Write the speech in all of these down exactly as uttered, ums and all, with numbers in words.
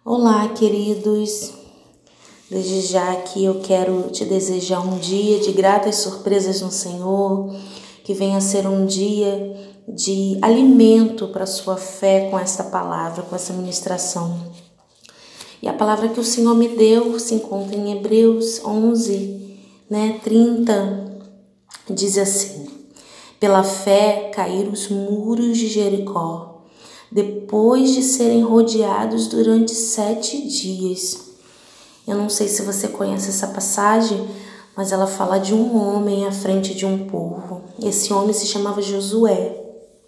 Olá, queridos. Desde já aqui eu quero te desejar um dia de gratas surpresas no Senhor, que venha ser um dia de alimento para a sua fé com esta palavra, com essa ministração. E a palavra que o Senhor me deu se encontra em Hebreus onze, né, trinta, diz assim: pela fé caíram os muros de Jericó, depois de serem rodeados durante sete dias. Eu não sei se você conhece essa passagem, mas ela fala de um homem à frente de um povo. Esse homem se chamava Josué.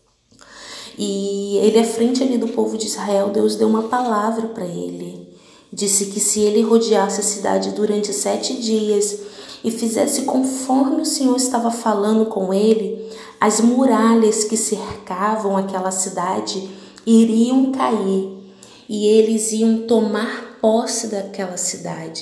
E ele à frente ali do povo de Israel, Deus deu uma palavra para ele. Disse que se ele rodeasse a cidade durante sete dias e fizesse conforme o Senhor estava falando com ele, as muralhas que cercavam aquela cidade iriam cair e eles iam tomar posse daquela cidade.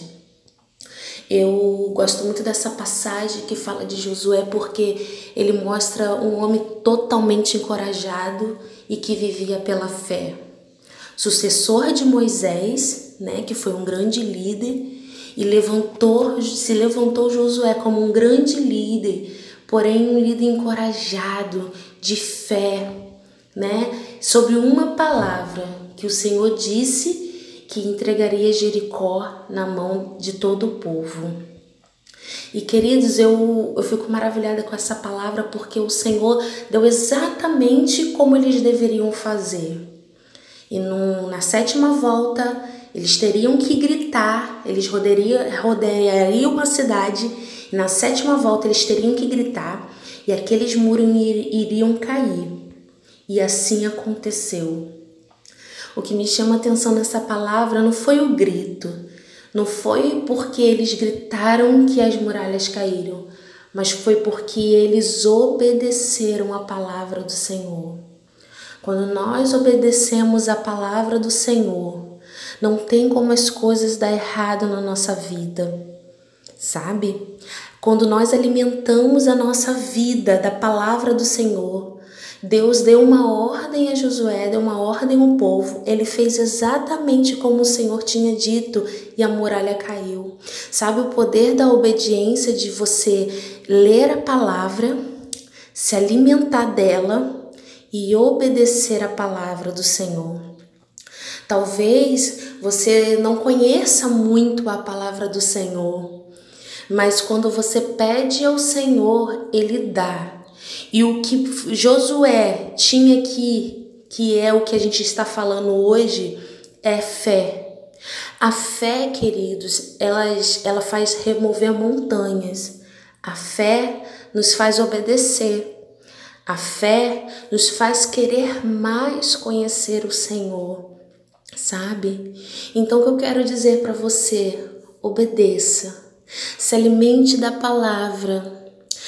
Eu gosto muito dessa passagem que fala de Josué porque ele mostra um homem totalmente encorajado e que vivia pela fé. Sucessor de Moisés, né, que foi um grande líder, e levantou, se levantou Josué como um grande líder, porém um líder encorajado, de fé, né, sobre uma palavra que o Senhor disse que entregaria Jericó na mão de todo o povo. E queridos, eu, eu fico maravilhada com essa palavra porque o Senhor deu exatamente como eles deveriam fazer. E no, na sétima volta, eles teriam que gritar, eles roderiam, rodeiariam a cidade, e na sétima volta eles teriam que gritar, e aqueles muros iriam cair. E assim aconteceu. O que me chama a atenção nessa palavra não foi o grito, não foi porque eles gritaram que as muralhas caíram, mas foi porque eles obedeceram a palavra do Senhor. Quando nós obedecemos a palavra do Senhor, não tem como as coisas dar errado na nossa vida, sabe? Quando nós alimentamos a nossa vida da palavra do Senhor, Deus deu uma ordem a Josué, deu uma ordem ao povo. Ele fez exatamente como o Senhor tinha dito e a muralha caiu. Sabe o poder da obediência, de você ler a palavra, se alimentar dela e obedecer a palavra do Senhor. Talvez você não conheça muito a palavra do Senhor, mas quando você pede ao Senhor, Ele dá. E o que Josué tinha aqui, que é o que a gente está falando hoje, é fé. A fé, queridos, ela, ela faz remover montanhas. A fé nos faz obedecer. A fé nos faz querer mais conhecer o Senhor, sabe? Então o que eu quero dizer para você, obedeça. Se alimente da palavra.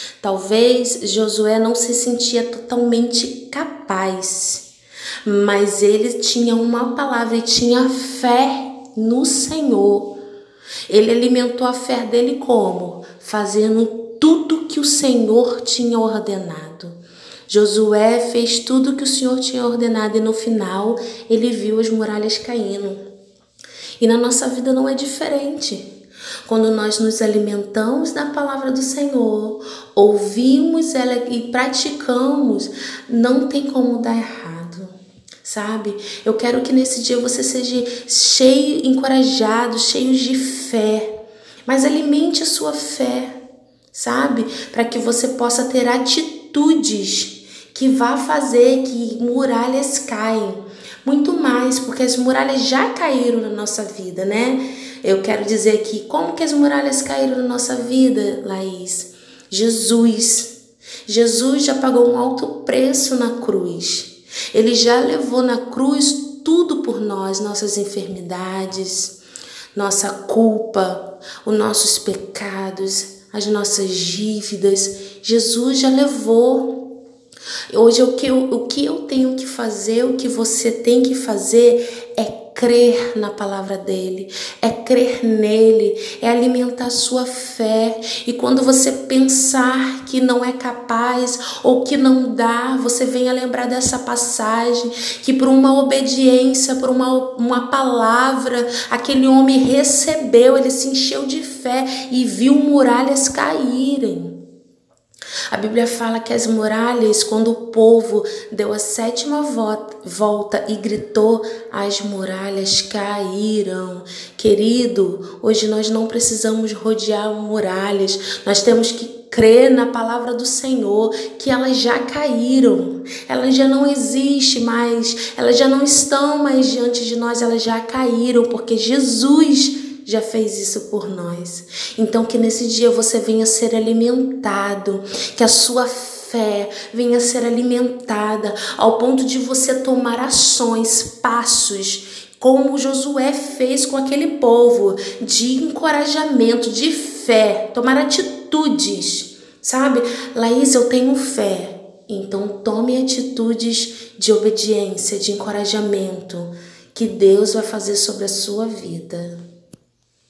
Talvez Josué não se sentia totalmente capaz, mas ele tinha uma palavra e tinha fé no Senhor. Ele alimentou a fé dele como? Fazendo tudo que o Senhor tinha ordenado. Josué fez tudo que o Senhor tinha ordenado e no final ele viu as muralhas caindo. E na nossa vida não é diferente. Quando nós nos alimentamos da palavra do Senhor, ouvimos ela e praticamos, não tem como dar errado, sabe? Eu quero que nesse dia você seja cheio, encorajado, cheio de fé, mas alimente a sua fé, sabe? Para que você possa ter atitudes que vá fazer que muralhas caem. Muito mais, porque as muralhas já caíram na nossa vida, né? Eu quero dizer aqui, como que as muralhas caíram na nossa vida, Laís? Jesus. Jesus já pagou um alto preço na cruz. Ele já levou na cruz tudo por nós, nossas enfermidades, nossa culpa, os nossos pecados, as nossas dívidas. Jesus já levou. Hoje o que, eu, o que eu tenho que fazer, o que você tem que fazer é crer na palavra dele, é crer nele, é alimentar a sua fé. E quando você pensar que não é capaz ou que não dá, você venha lembrar dessa passagem, que por uma obediência, por uma, uma palavra, aquele homem recebeu, ele se encheu de fé e viu muralhas caírem. A Bíblia fala que as muralhas, quando o povo deu a sétima volta e gritou, as muralhas caíram. Querido, hoje nós não precisamos rodear muralhas, nós temos que crer na palavra do Senhor, que elas já caíram, elas já não existem mais, elas já não estão mais diante de nós, elas já caíram, porque Jesus já fez isso por nós. Então que nesse dia você venha ser alimentado, que a sua fé venha ser alimentada ao ponto de você tomar ações, passos, como Josué fez com aquele povo, de encorajamento, de fé, tomar atitudes, sabe? Laís, eu tenho fé, então tome atitudes de obediência, de encorajamento, que Deus vai fazer sobre a sua vida.